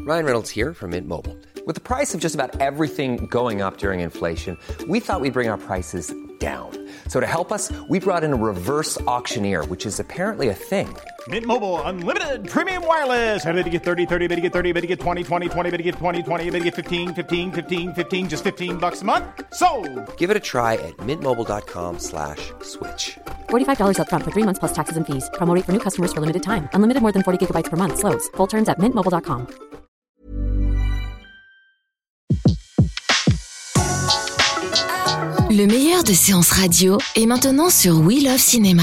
Ryan Reynolds here from Mint Mobile. With the price of just about everything going up during inflation, we thought we'd bring our prices down. So to help us, we brought in a reverse auctioneer, which is apparently a thing. Mint Mobile Unlimited Premium Wireless. How to get 30, 30, how to get 30, how to get 20, 20, 20, how to get 20, 20, how to get 15, 15, 15, 15, just $15 a month? Sold! Give it a try at mintmobile.com/switch. $45 up front for 3 months plus taxes and fees. Promo rate for new customers for limited time. Unlimited more than 40 gigabytes per month. Slows full terms at mintmobile.com. Le meilleur de séances radio est maintenant sur We Love Cinéma.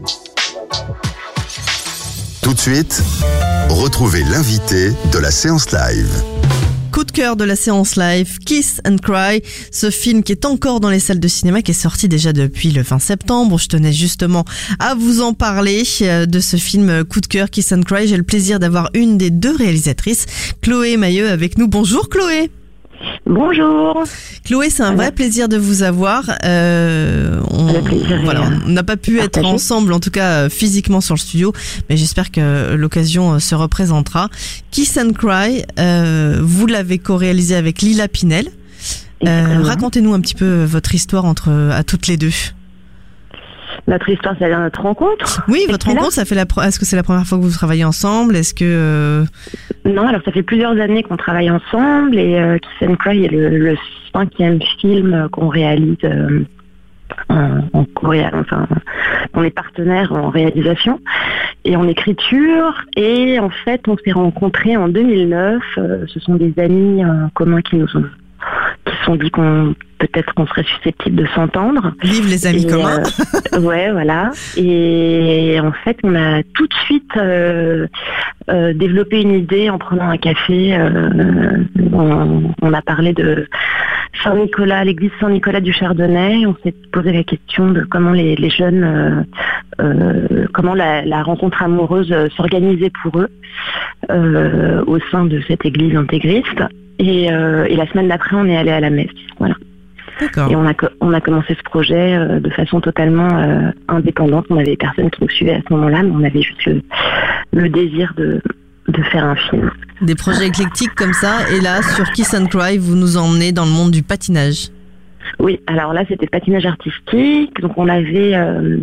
Tout de suite, retrouvez l'invité de la séance live. Coup de cœur de la séance live, Kiss and Cry, ce film qui est encore dans les salles de cinéma, qui est sorti déjà depuis le 20 septembre. Je tenais justement à vous en parler de ce film coup de cœur, Kiss and Cry. J'ai le plaisir d'avoir une des deux réalisatrices, Chloé Mailleux, avec nous. Bonjour Chloé. Bonjour. Chloé, c'est un vrai plaisir de vous avoir. On n'a pas pu être ensemble, en tout cas physiquement sur le studio, mais j'espère que l'occasion se représentera. Kiss and Cry, vous l'avez co-réalisé avec Lila Pinel. Racontez-nous un petit peu votre histoire à toutes les deux. Notre histoire, ça vient de notre rencontre. Oui, votre rencontre, est-ce que c'est la première fois que vous travaillez ensemble? Est-ce que Non, alors ça fait plusieurs années qu'on travaille ensemble et Kiss and Cry est le 5e film qu'on réalise en Corée. Enfin, on est partenaires en réalisation et en écriture. Et en fait, on s'est rencontrés en 2009. Ce sont des amis communs qui se sont dit qu'on serait susceptible de s'entendre. Vive les amis communs. Ouais, voilà. Et en fait, on a tout de suite développé une idée en prenant un café. On a parlé de Saint-Nicolas, l'église Saint-Nicolas du Chardonnay. On s'est posé la question de comment les jeunes, comment la rencontre amoureuse s'organisait pour eux au sein de cette église intégriste. Et la semaine d'après, on est allé à la messe. Voilà. D'accord. Et on a commencé ce projet de façon totalement indépendante. On avait personne qui nous suivait à ce moment-là, mais on avait juste le désir de faire un film. Des projets éclectiques comme ça, et là, sur Kiss and Cry, vous nous emmenez dans le monde du patinage. Oui, alors là, c'était le patinage artistique. Donc on avait...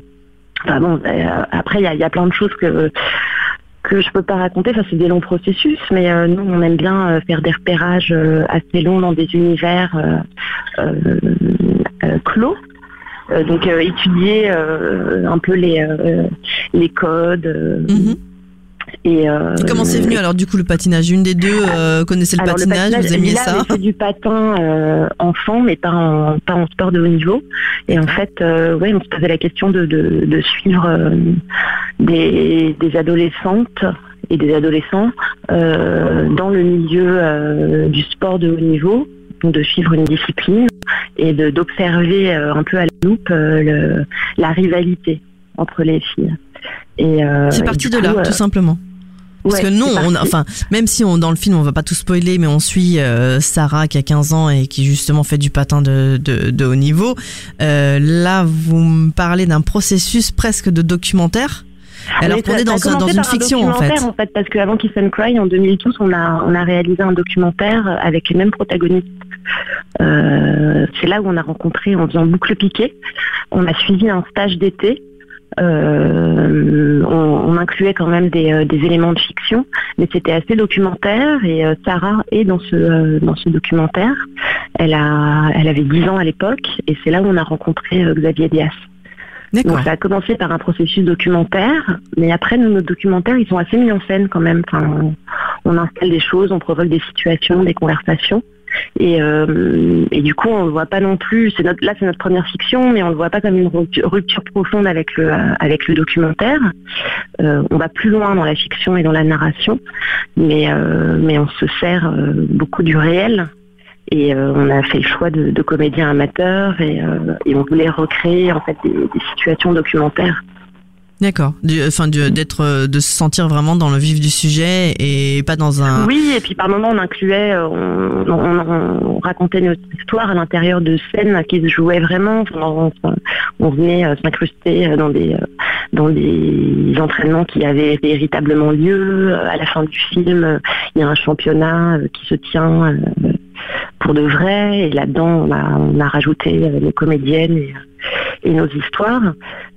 après, il y a plein de choses que je peux pas raconter, enfin c'est des longs processus, mais nous on aime bien faire des repérages assez longs dans des univers clos. Donc étudier un peu les codes. Et comment c'est venu alors du coup le patinage? Une des deux connaissait le patinage, vous aimiez ça? J'ai fait du patin enfant, mais pas en sport de haut niveau. Et en fait, on se posait la question de suivre des adolescentes et des adolescents dans le milieu du sport de haut niveau, donc de suivre une discipline et d'observer un peu à la loupe la rivalité entre les filles. Et c'est parti de là, tout simplement. Parce que nous, même si dans le film, on va pas tout spoiler, mais on suit Sarah qui a 15 ans et qui justement fait du patin de haut niveau. Là, vous me parlez d'un processus presque de documentaire. Alors qu'on est dans une fiction, en fait, parce qu'avant Kiss and Cry, en 2012, on a réalisé un documentaire avec les mêmes protagonistes. C'est là où on a rencontré en faisant Boucle Piqué. On a suivi un stage d'été. On incluait quand même des éléments de fiction, mais c'était assez documentaire. Et Sarah est dans ce documentaire. Elle avait 10 ans à l'époque, et c'est là où on a rencontré Xavier Dias. D'accord. Donc ça a commencé par un processus documentaire, mais après nos documentaires ils sont assez mis en scène quand même. Enfin, on installe des choses, on provoque des situations, des conversations. Et du coup, on le voit pas non plus. C'est notre première fiction, mais on le voit pas comme une rupture profonde avec le documentaire. On va plus loin dans la fiction et dans la narration, mais on se sert beaucoup du réel. Et on a fait le choix de comédiens amateurs et on voulait recréer en fait des situations documentaires. D'accord. De se sentir vraiment dans le vif du sujet et pas dans un... Oui, et puis par moments on incluait, on racontait notre histoire à l'intérieur de scènes qui se jouaient vraiment. On venait s'incruster dans des entraînements qui avaient véritablement lieu. À la fin du film, il y a un championnat qui se tient pour de vrai, et là-dedans on a rajouté les comédiennes et nos histoires.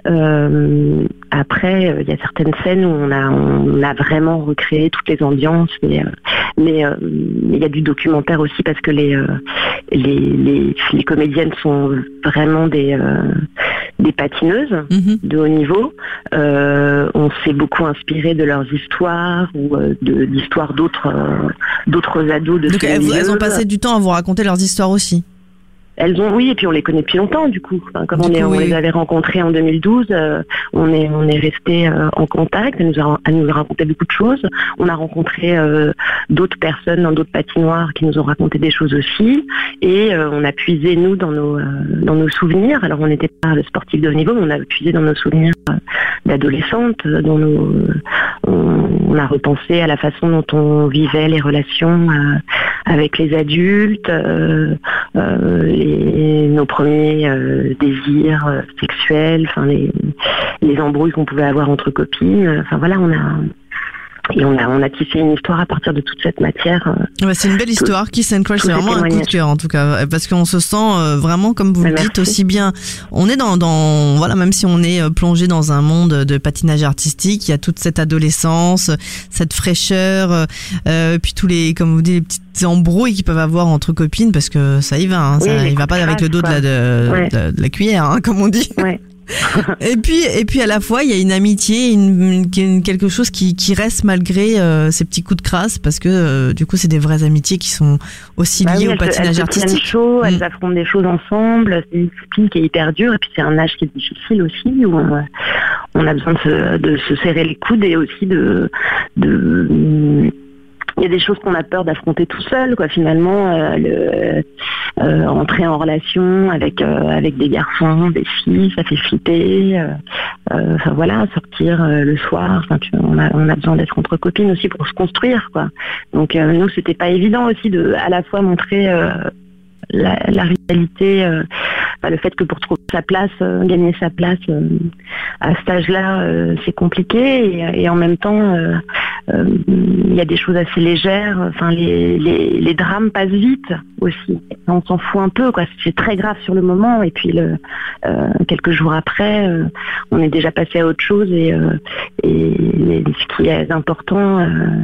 Après, il y a certaines scènes où on a vraiment recréé toutes les ambiances, mais il y a du documentaire aussi parce que les comédiennes sont vraiment des patineuses de haut niveau. On s'est beaucoup inspiré de leurs histoires ou d'histoires d'autres ados de Donc elles ont passé du temps à vous raconter leurs histoires aussi. Elles ont, oui, et puis on les connaît depuis longtemps, du coup. Enfin, comme on les avait rencontrées en 2012, on est resté en contact. Elle nous a raconté beaucoup de choses. On a rencontré d'autres personnes dans d'autres patinoires qui nous ont raconté des choses aussi. Et on a puisé, nous, dans nos souvenirs. Alors, on n'était pas sportifs de haut niveau, mais on a puisé dans nos souvenirs d'adolescentes. On a repensé à la façon dont on vivait les relations avec les adultes, nos premiers désirs sexuels, enfin les embrouilles qu'on pouvait avoir entre copines. Enfin voilà, on a tissé une histoire à partir de toute cette matière. Ouais, c'est une belle histoire. Kiss and Crush, c'est vraiment un coup de cœur en tout cas, parce qu'on se sent vraiment, comme vous le dites, aussi bien. On est dans voilà, même si on est plongé dans un monde de patinage artistique, il y a toute cette adolescence, cette fraîcheur, puis tous les, comme vous dites, les petites embrouilles qu'ils peuvent avoir entre copines, parce que ça y va, hein, ça y va pas avec le dos de la cuillère, hein, comme on dit. Ouais. et puis à la fois il y a une amitié, quelque chose qui reste malgré ces petits coups de crasse, parce que du coup c'est des vraies amitiés qui sont aussi liées au patinage artistique. Chaud, elles affrontent des choses ensemble. C'est une discipline qui est hyper dure, et puis c'est un âge qui est difficile aussi, où on a besoin de se serrer les coudes, et aussi il y a des choses qu'on a peur d'affronter tout seul, quoi. Finalement, entrer en relation avec des garçons, des filles, ça fait flipper. Enfin voilà, sortir le soir. Enfin, on a besoin d'être entre copines aussi pour se construire, quoi. Donc nous, c'était pas évident aussi de à la fois montrer la rivalité, le fait que pour trouver sa place, gagner sa place à cet âge-là, c'est compliqué, et en même temps il y a des choses assez légères. Enfin, les drames passent vite aussi. On s'en fout un peu, quoi. C'est très grave sur le moment, et puis quelques jours après, on est déjà passé à autre chose, et ce qui est important,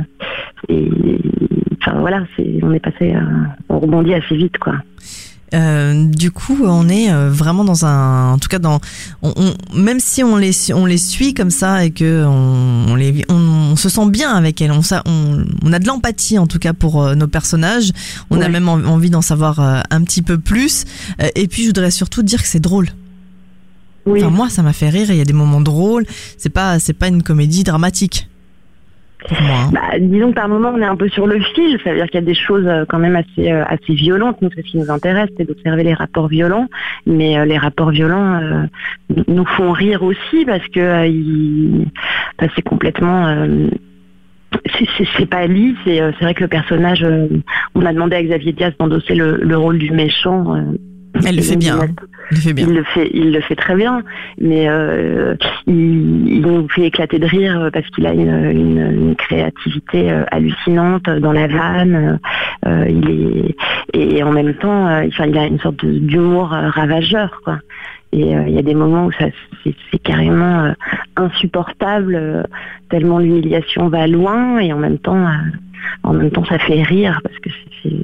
enfin voilà, on rebondit assez vite, quoi. Du coup, on est vraiment en tout cas même si on les suit comme ça, et que on se sent bien avec elles, on a de l'empathie en tout cas pour nos personnages. On a même envie d'en savoir un petit peu plus. Et puis je voudrais surtout dire que c'est drôle. Oui. Enfin, moi, ça m'a fait rire, et il y a des moments drôles. C'est pas une comédie dramatique. Disons que par moment on est un peu sur le fil, ça veut dire qu'il y a des choses quand même assez violentes. Nous, c'est ce qui nous intéresse, c'est d'observer les rapports violents, mais les rapports violents nous font rire aussi, parce que c'est complètement c'est pas lisse. C'est vrai que le personnage, on a demandé à Xavier Diaz d'endosser le rôle du méchant. Elle le fait bien. Il le fait très bien, mais il nous fait éclater de rire parce qu'il a une créativité hallucinante dans la vanne. Et en même temps, il a une sorte d'humour ravageur, quoi. Et il y a des moments où c'est carrément insupportable, tellement l'humiliation va loin, et en même temps ça fait rire, parce que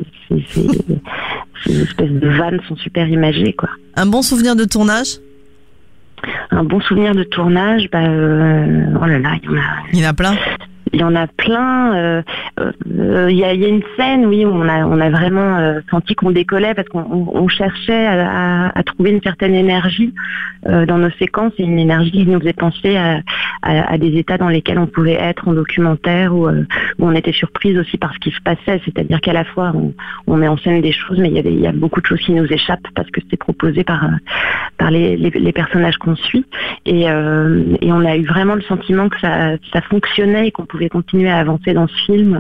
ces espèces de vannes sont super imagées, quoi. Un bon souvenir de tournage? Un bon souvenir de tournage, oh là là, il y en a plein. il y en a plein. Il y a une scène, oui, où on a vraiment senti qu'on décollait parce qu'on cherchait à trouver une certaine énergie dans nos séquences, et une énergie qui nous faisait penser à des états dans lesquels on pouvait être en documentaire, où on était surprise aussi par ce qui se passait. C'est-à-dire qu'à la fois on met en scène des choses, mais il y a beaucoup de choses qui nous échappent parce que c'est proposé par les personnages qu'on suit, et on a eu vraiment le sentiment que ça fonctionnait et qu'on pouvait continuer à avancer dans ce film,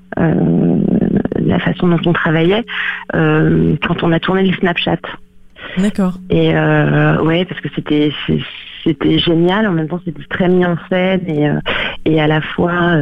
la façon dont on travaillait quand on a tourné le Snapchat. D'accord. Et ouais, parce que c'était génial, en même temps c'était très mis en scène, et à la fois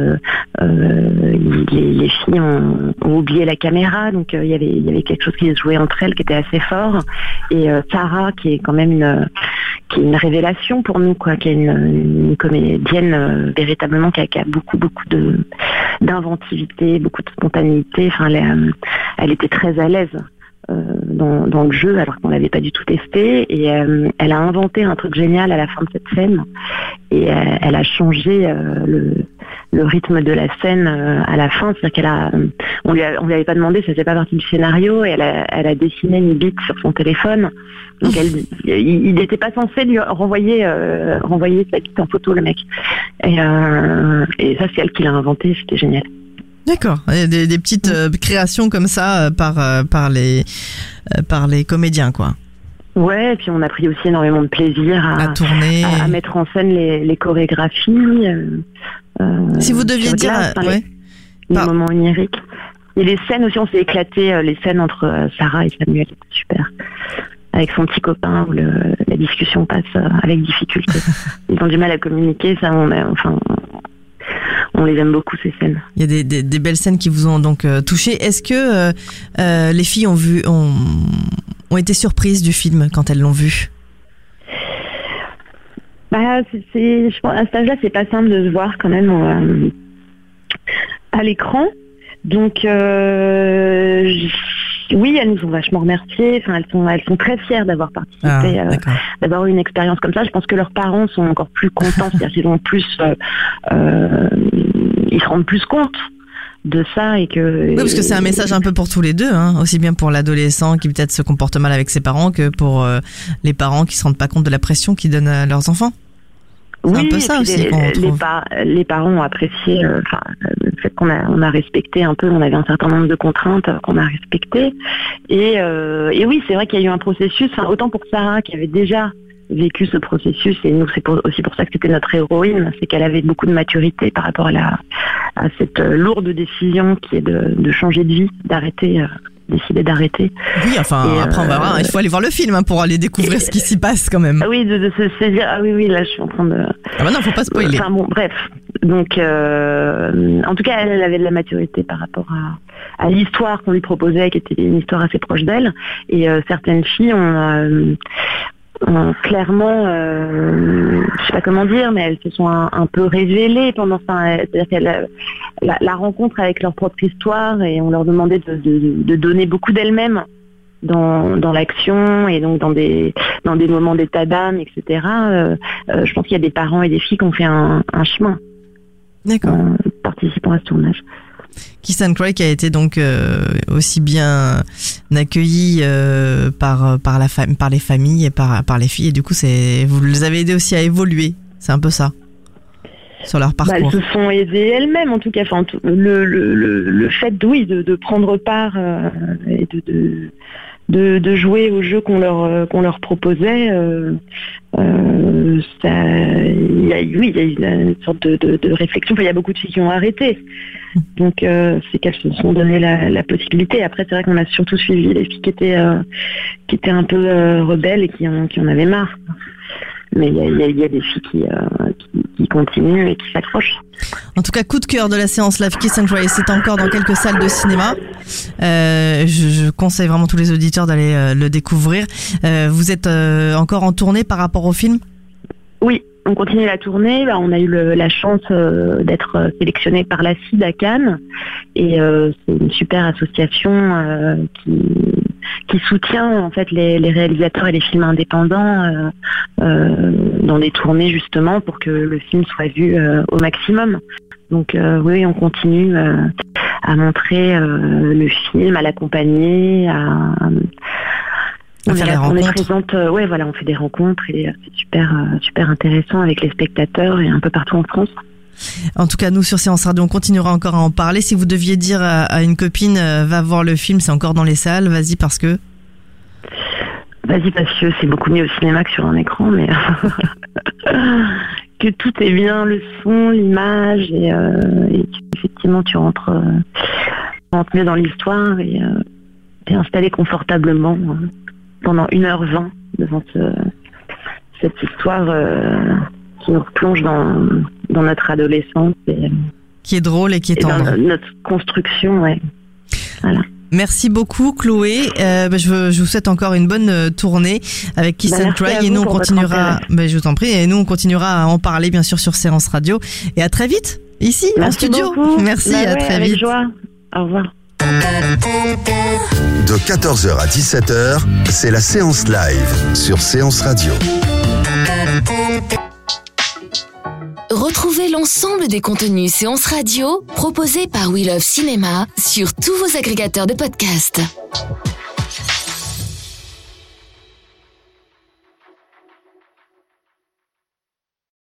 les filles ont oublié la caméra, donc il y avait quelque chose qui se jouait entre elles qui était assez fort, et Sarah, qui est quand même une révélation pour nous, quoi, qui est une comédienne véritablement qui a beaucoup d'inventivité, beaucoup de spontanéité. Enfin, elle était très à l'aise dans le jeu, alors qu'on l'avait pas du tout testé, et elle a inventé un truc génial à la fin de cette scène, et elle a changé le rythme de la scène à la fin. C'est-à-dire on lui avait pas demandé, ça faisait pas partie du scénario, et elle a dessiné une bite sur son téléphone. Donc il n'était pas censé lui renvoyer sa bite en photo, le mec. Et ça, c'est elle qui l'a inventé, c'était génial. D'accord, des petites créations comme ça par les comédiens, quoi. Ouais, et puis on a pris aussi énormément de plaisir à tourner, à mettre en scène les chorégraphies. Si vous deviez dire, les moments oniriques. Et les scènes aussi, on s'est éclaté, les scènes entre Sarah et Samuel, c'était super. Avec son petit copain, où la discussion passe avec difficulté. Ils ont du mal à communiquer, ça, on les aime beaucoup, ces scènes. Il y a des belles scènes qui vous ont donc touché. Est-ce que les filles ont été surprises du film quand elles l'ont vu? Je pense, à cet âge-là, c'est pas simple de se voir quand même à l'écran. Donc oui, elles nous ont vachement remerciées. Enfin, elles sont très fières d'avoir participé, d'avoir eu une expérience comme ça. Je pense que leurs parents sont encore plus contents, c'est-à-dire qu'ils ont plus, ils se rendent plus compte de ça, et que. Oui, parce que c'est un message un peu pour tous les deux, hein, aussi bien pour l'adolescent qui peut-être se comporte mal avec ses parents que pour les parents qui se rendent pas compte de la pression qu'ils donnent à leurs enfants. C'est un peu ça aussi qu'on trouve. Les parents ont apprécié le fait qu'on a respecté un peu, on avait un certain nombre de contraintes qu'on a respectées. Et oui, c'est vrai qu'il y a eu un processus, autant pour Sarah qui avait déjà vécu ce processus, et nous c'est aussi pour ça que c'était notre héroïne, c'est qu'elle avait beaucoup de maturité par rapport à cette lourde décision qui est de changer de vie, décider d'arrêter. Oui, après on va voir, il faut aller voir le film pour aller découvrir ce qui s'y passe quand même. Oui, de se saisir, oui, là je suis en train de... Ah bah non, faut pas spoiler. Enfin bon, bref. Donc, en tout cas, elle avait de la maturité par rapport à l'histoire qu'on lui proposait, qui était une histoire assez proche d'elle, et certaines filles ont clairement, je sais pas comment dire, mais elles se sont un peu révélées pendant ça. C'est-à-dire qu'elles la rencontre avec leur propre histoire, et on leur demandait de donner beaucoup d'elles-mêmes dans l'action, et donc dans des moments d'état d'âme, etc. Je pense qu'il y a des parents et des filles qui ont fait un chemin. D'accord. En participant à ce tournage. Kiss and Cry qui a été donc aussi bien accueilli par les familles et par les filles, et du coup vous les avez aidés aussi à évoluer, c'est un peu ça, sur leur parcours. Elles se sont aidées elles-mêmes, en tout cas. Enfin, le fait de prendre part et de jouer au jeu qu'on leur proposait, il y a eu une sorte de réflexion. Enfin, il y a beaucoup de filles qui ont arrêté, donc c'est qu'elles se sont donné la possibilité. Après, c'est vrai qu'on a surtout suivi les filles qui étaient un peu rebelles et qui en avaient marre. Mais il y a des filles qui continuent et qui s'accrochent. En tout cas, coup de cœur de la séance Live Kiss and Cry, c'est encore dans quelques salles de cinéma. Je conseille vraiment tous les auditeurs d'aller le découvrir. Vous êtes encore en tournée par rapport au film ? Oui, on continue la tournée. On a eu la chance d'être sélectionné par la CID à Cannes, et c'est une super association qui soutient en fait les réalisateurs et les films indépendants dans des tournées justement pour que le film soit vu au maximum. Donc oui, on continue à montrer le film, à l'accompagner, on est présente, on fait des rencontres et c'est super intéressant avec les spectateurs et un peu partout en France. En tout cas, nous sur Séance Radio, on continuera encore à en parler. Si vous deviez dire à une copine, va voir le film, c'est encore dans les salles, vas-y parce que c'est beaucoup mieux au cinéma que sur un écran, mais que tout est bien, le son, l'image et effectivement tu rentres mieux dans l'histoire et installé confortablement pendant 1h20 devant cette histoire qui nous replonge dans notre adolescence et qui est drôle et qui est tendre. Dans notre construction, ouais. Voilà. Merci beaucoup Chloé. Je vous souhaite encore une bonne tournée avec Kiss and Cry et nous on continuera. Je vous en prie et nous on continuera à en parler bien sûr sur Séance Radio et à très vite ici en studio. Beaucoup. Merci, à très avec vite. Joie. Au revoir. De 14h à 17h, c'est la séance live sur Séance Radio. Retrouvez l'ensemble des contenus Séance Radio proposés par We Love Cinéma sur tous vos agrégateurs de podcasts.